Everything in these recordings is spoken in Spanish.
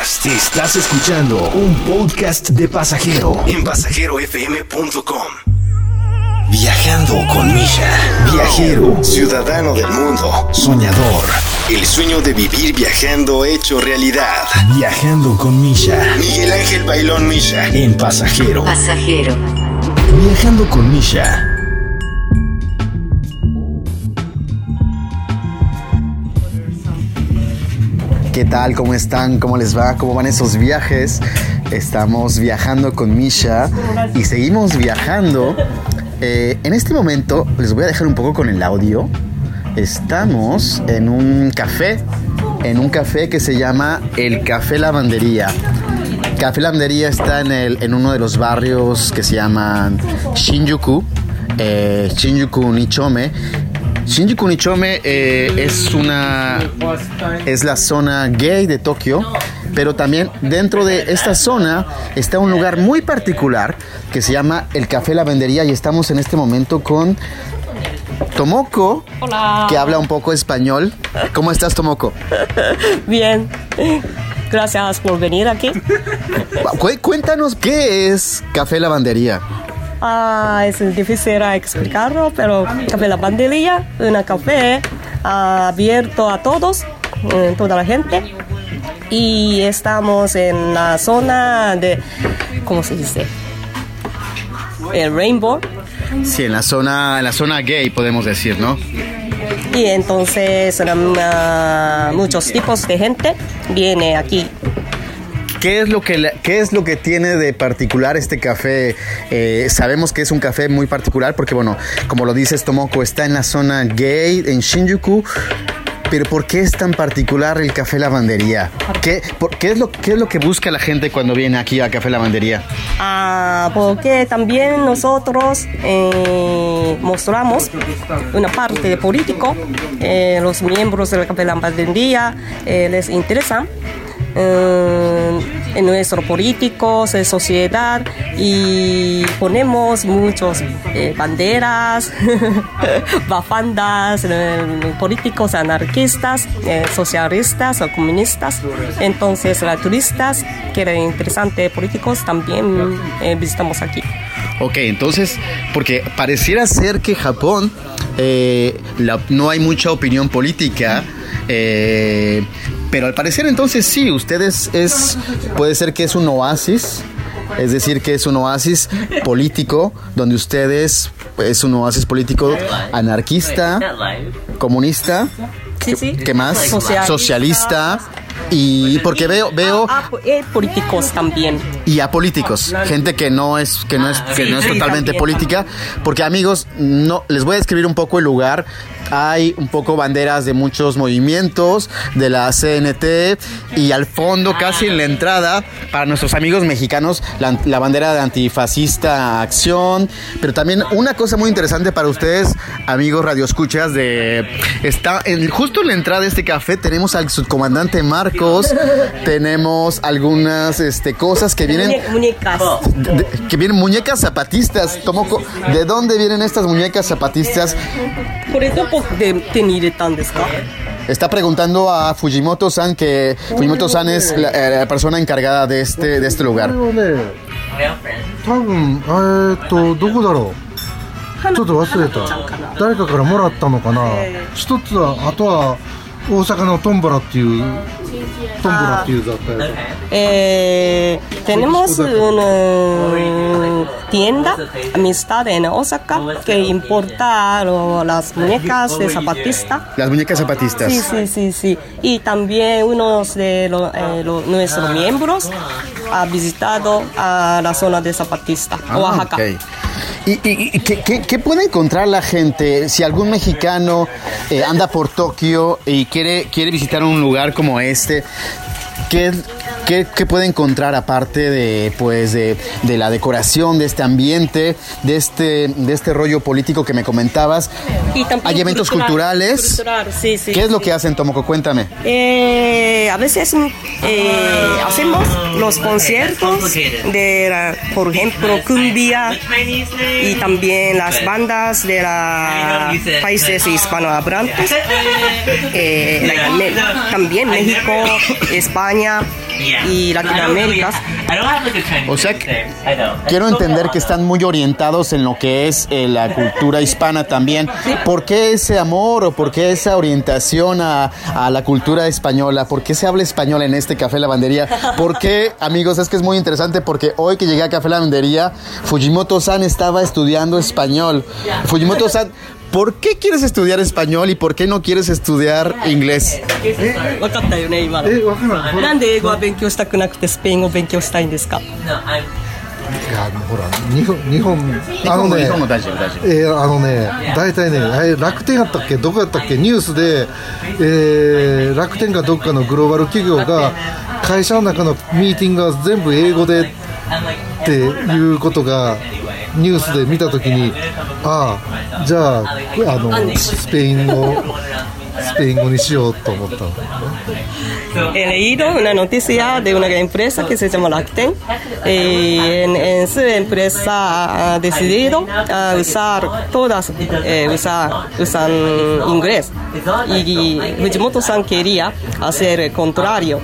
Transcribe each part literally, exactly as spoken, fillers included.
podcast. Estás escuchando un podcast de Pasajero en pasajero f m punto com. Viajando con Misha. Viajero, ciudadano del mundo, soñador. El sueño de vivir viajando hecho realidad. Viajando con Misha. Miguel Ángel Bailón Misha en Pasajero. Pasajero. Viajando con Misha. ¿Qué tal? ¿Cómo están? ¿Cómo les va? ¿Cómo van esos viajes? Estamos viajando con Misha y seguimos viajando. Eh, en este momento les voy a dejar un poco con el audio. Estamos en un café, en un café que se llama el Café Lavandería. Café Lavandería está en, el, en uno de los barrios que se llaman Shinjuku, eh, Shinjuku Nichome. Shinjuku Nichome eh, es una es la zona gay de Tokio, pero también dentro de esta zona está un lugar muy particular que se llama el Café Lavandería y estamos en este momento con Tomoko. Hola. Que habla un poco español. ¿Cómo estás, Tomoko? Bien. Gracias por venir aquí. Cu- cuéntanos qué es Café Lavandería. Ah, es difícil explicarlo, pero Café Lavandería, un café ah, abierto a todos, eh, toda la gente. Y estamos en la zona de, ¿cómo se dice? El Rainbow. Sí, en la zona, en la zona gay podemos decir, ¿no? Y entonces uh, muchos tipos de gente viene aquí. ¿Qué es lo que, qué es lo que tiene de particular este café? Eh, sabemos que es un café muy particular porque, bueno, como lo dices, Tomoko, está en la zona gay, en Shinjuku. Pero ¿por qué es tan particular el Café Lavandería? ¿Qué, por, qué, es lo, ¿Qué es lo que busca la gente cuando viene aquí a Café Lavandería? Ah, porque también nosotros eh, mostramos una parte de político. Eh, los miembros del Café Lavandería eh, les interesa eh, en nuestros políticos, en sociedad, y ponemos muchos eh, banderas, bafandas, eh, políticos anarquistas, eh, socialistas o comunistas. Entonces, los turistas que eran interesantes políticos también eh, visitamos aquí. Ok, entonces, porque pareciera ser que Japón eh, la, no hay mucha opinión política, eh, pero al parecer entonces sí, ustedes es, puede ser que es un oasis, es decir, que es un oasis político, donde ustedes es un oasis político anarquista, comunista, Sí, sí. ¿qué más? Socialista. Socialista. Y porque veo veo Ah, ah, eh, políticos también. y a políticos, gente que no es que no es que no es Sí, totalmente también, política, porque amigos, no les voy a describir un poco el lugar. Hay un poco banderas de muchos movimientos de la C N T y al fondo, casi en la entrada, para nuestros amigos mexicanos, la, la bandera de Antifascista Acción. Pero también una cosa muy interesante para ustedes, amigos radioescuchas, de está en, justo en la entrada de este café tenemos al subcomandante Marcos, tenemos algunas este, cosas que vienen Muñe- muñecas. de- que vienen muñecas zapatistas. Tomoko, ¿de dónde vienen estas muñecas zapatistas? Por eso, de tenir-tan desu ka? Está preguntando a Fujimoto-san, que Fujimoto-san es la, eh, la persona encargada de este, de este lugar. 多分えーっとどこだろうちょっと忘れた誰かからもらったのかな一つはあとは大阪のトンボラっていうトンボラっていう雑貨屋 Eh, tenemos una tienda Amistad en Osaka que importa lo- las muñecas de zapatista. Las muñecas zapatistas. Sí, sí, sí, sí. Y también unos de lo- eh, lo- nuestros miembros ha visitado a la zona de zapatista, Ah, Oaxaca. ok. ¿Y, y- y qué, qué- qué puede encontrar la gente si algún mexicano eh, anda por Tokio y quiere, quiere visitar un lugar como este? ¿Qué, qué, qué puede encontrar aparte de, pues, de, de la decoración, de este ambiente, de este, de este rollo político que me comentabas? Y también ¿Hay eventos cultural, culturales? cultural, sí, sí, ¿Qué es lo sí. que hacen, Tomoko? Cuéntame. Eh, a veces eh, hacemos los conciertos de, la, por ejemplo, cumbia y también las bandas de los países hispanohablantes. Eh, la- me- también México, España y Latinoamérica. O sea, que quiero entender que están muy orientados en lo que es eh, la cultura hispana también. ¿Por qué ese amor o por qué esa orientación a, a la cultura española? ¿Por qué se habla español en este Café Lavandería? ¿Por qué, amigos? Es que es muy interesante porque hoy que llegué a Café Lavandería, Fujimoto-san estaba estudiando español. Fujimoto-san, ¿por qué quieres estudiar español y por qué no quieres estudiar inglés? 分かったよね今の。 え、わからない。 なんで英語は勉強したくなくてスペイン語を勉強したいんですか？ いやほら日本日本あのね日本の大丈夫大丈夫。 えー、あのね大体ねあれ楽天やったっけどこやったっけニュースで、えー、楽天かどっかのグローバル企業が会社の中のミーティングが全部英語でっていうことがニュースで見たときにああじゃああのスペイン語スペイン語にしようと思ったの。 He leído una noticia de una empresa que se llama Rakuten. Eh, en, en su empresa ha decidido uh, usar todas, eh, usar, usan inglés. Y Fujimoto-san quería hacer el contrario.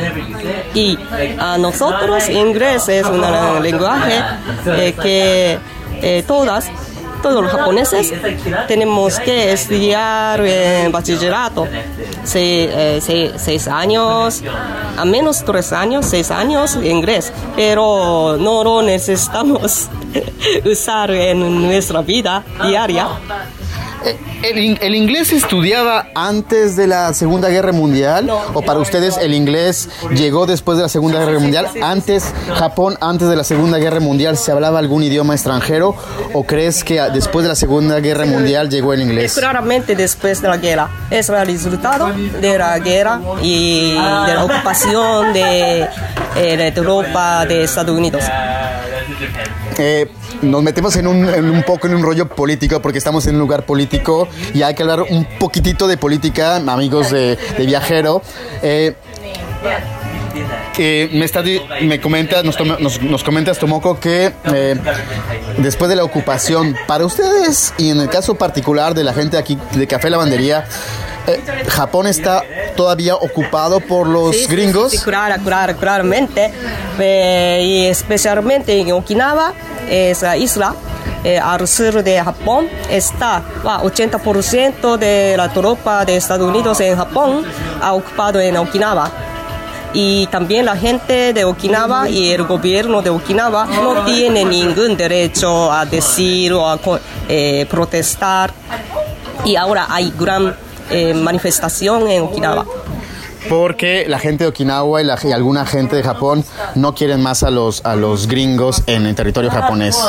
Y a nosotros inglés es un lenguaje eh, que eh, todas todos los japoneses tenemos que estudiar en bachillerato seis, eh, seis, seis años, a menos tres años, seis años inglés, pero no lo necesitamos usar en nuestra vida diaria. ¿El, ¿El inglés se estudiaba antes de la Segunda Guerra Mundial? No. ¿O para ustedes el inglés llegó después de la Segunda Guerra Mundial? ¿Antes, Japón, antes de la Segunda Guerra Mundial, se hablaba algún idioma extranjero? ¿O crees que después de la Segunda Guerra Mundial llegó el inglés? Claramente después de la guerra. Es el resultado de la guerra y de la ocupación de, eh, de Europa, de Estados Unidos. Eh, nos metemos en un, en un poco en un rollo político porque estamos en un lugar político y hay que hablar un poquitito de política, amigos de, de Viajero. Eh, eh, me, está, me comenta, nos, nos, nos comentas, Tomoko, que eh, después de la ocupación, para ustedes y en el caso particular de la gente aquí de Café Lavandería, Eh, ¿Japón está todavía ocupado por los sí, gringos? Sí, sí, claro, claro, claramente. Eh, y especialmente en Okinawa, esa isla eh, al sur de Japón, está ah, ochenta por ciento de la tropa de Estados Unidos en Japón ha ocupado en Okinawa. Y también la gente de Okinawa y el gobierno de Okinawa no tiene ningún derecho a decir o a eh, protestar. Y ahora hay gran Eh, manifestación en Okinawa. Porque la gente de Okinawa y, la, y alguna gente de Japón no quieren más a los a los gringos en el territorio japonés.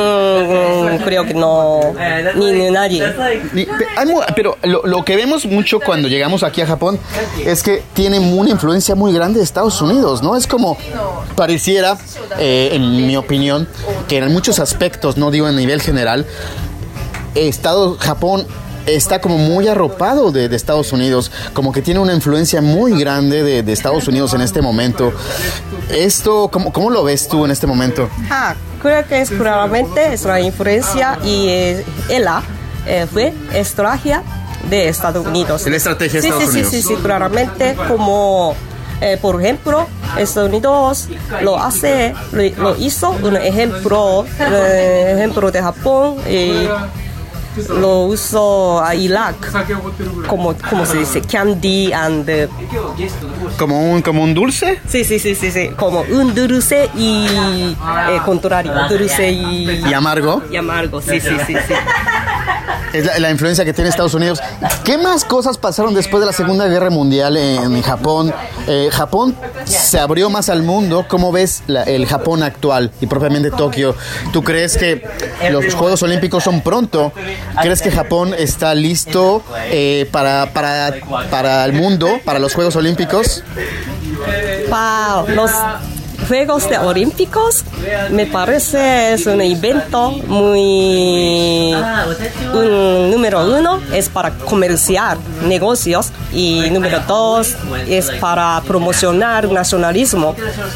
Mm, creo que no, ni, ni nadie. Ni, pero lo, lo que vemos mucho cuando llegamos aquí a Japón es que tiene una influencia muy grande de Estados Unidos, ¿no? Es como pareciera, eh, en mi opinión, que en muchos aspectos, no digo a nivel general, Estado, Japón está como muy arropado de, de Estados Unidos, como que tiene una influencia muy grande de, de Estados Unidos en este momento. Esto, ¿cómo, cómo lo ves tú en este momento? Ah, creo que es claramente es la influencia y eh, ella eh, fue estrategia de Estados Unidos. La estrategia de sí, Estados sí, Unidos. Sí, sí, sí, claramente como eh, por ejemplo, Estados Unidos lo hace, lo, lo hizo un ejemplo, eh, ejemplo de Japón y lo usó a Irak como, como se dice, candy and uh, como un como un dulce. Sí, sí, sí, sí, sí, como un dulce y eh, contrario, dulce y, y amargo. Y amargo, sí, sí, sí, sí. Es la, la influencia que tiene Estados Unidos. ¿Qué más cosas pasaron después de la Segunda Guerra Mundial en, en Japón? Eh, Japón se abrió más al mundo. ¿Cómo ves la, el Japón actual y propiamente Tokio? ¿Tú crees que los Juegos Olímpicos son pronto? ¿Crees que Japón está listo eh, para, para, para el mundo, para los Juegos Olímpicos? Wow, los Juegos de Olímpicos me parece es un evento muy un, número uno es para comerciar negocios y número dos es para promocionar nacionalismo.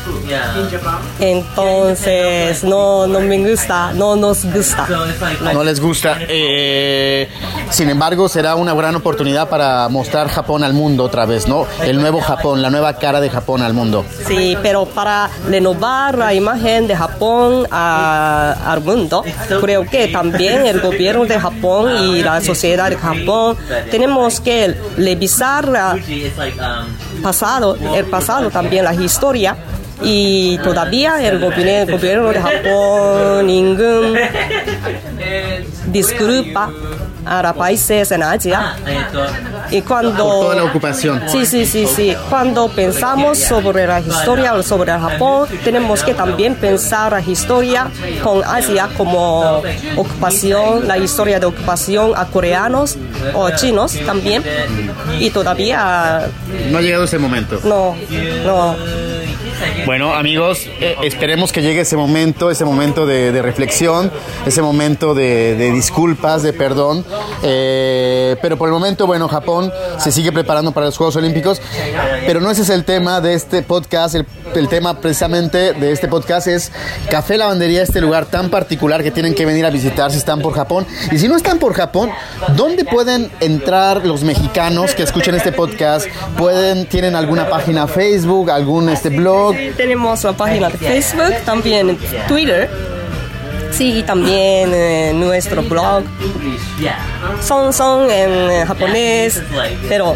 Entonces no no me gusta, no nos gusta. No, no les gusta. Eh, sin embargo, será una gran oportunidad para mostrar Japón al mundo otra vez, ¿no? El nuevo Japón, la nueva cara de Japón al mundo. Sí, pero para renovar la imagen de Japón a, al mundo, creo que también el gobierno de Japón y la sociedad de Japón tenemos que revisar el pasado, el pasado también, la historia. Y todavía el gobierno, el gobierno de Japón ningún disculpa a los países en Asia. Y cuando por toda la ocupación. Sí, sí, sí, sí. Cuando pensamos sobre la historia o sobre Japón, tenemos que también pensar la historia con Asia como ocupación, la historia de ocupación a coreanos o chinos también. Y todavía no ha llegado ese momento. No, no. Bueno, amigos, eh, esperemos que llegue ese momento, ese momento de, de reflexión, ese momento de, de disculpas, de perdón. Eh, pero por el momento, bueno, Japón se sigue preparando para los Juegos Olímpicos. Pero no ese es el tema de este podcast. El, el tema precisamente de este podcast es Café Lavandería, este lugar tan particular que tienen que venir a visitar si están por Japón. Y si no están por Japón, ¿dónde pueden entrar los mexicanos que escuchan este podcast? ¿Pueden, tienen alguna página Facebook, algún este blog? Sí, tenemos la página de Facebook, también Twitter. Sí, y también eh, nuestro blog. Son, son en japonés, pero...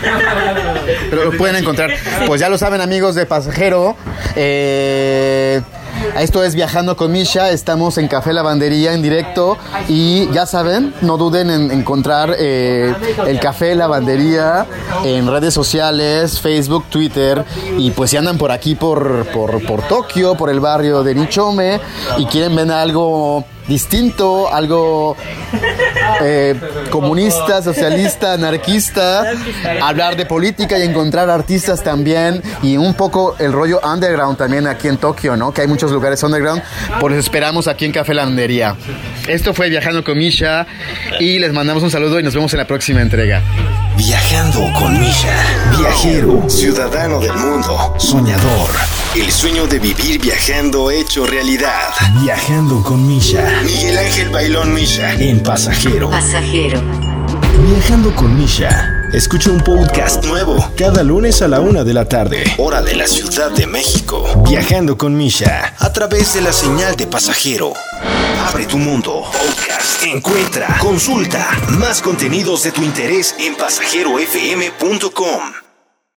pero lo pueden encontrar. Pues ya lo saben, amigos de Pasajero. Eh... Esto es Viajando con Misha, estamos en Café Lavandería en directo y ya saben, no duden en encontrar eh, el Café Lavandería en redes sociales, Facebook, Twitter, y pues si andan por aquí por, por, por Tokio, por el barrio de Nichome y quieren ver algo distinto, algo eh, comunista, socialista, anarquista, hablar de política y encontrar artistas también y un poco el rollo underground también aquí en Tokio, ¿no? Que hay muchos lugares underground, pues los esperamos aquí en Café Lavandería. Esto fue Viajando con Misha y les mandamos un saludo y nos vemos en la próxima entrega. Viajando con Misha, viajero, ciudadano del mundo, soñador. El sueño de vivir viajando hecho realidad. Viajando con Misha. Miguel Ángel Bailón Misha en Pasajero. Pasajero. Viajando con Misha. Escucha un podcast nuevo cada lunes a la una de la tarde, hora de la Ciudad de México. Viajando con Misha a través de la señal de Pasajero. Abre tu mundo. Podcast. Encuentra, consulta más contenidos de tu interés en pasajero f m punto com.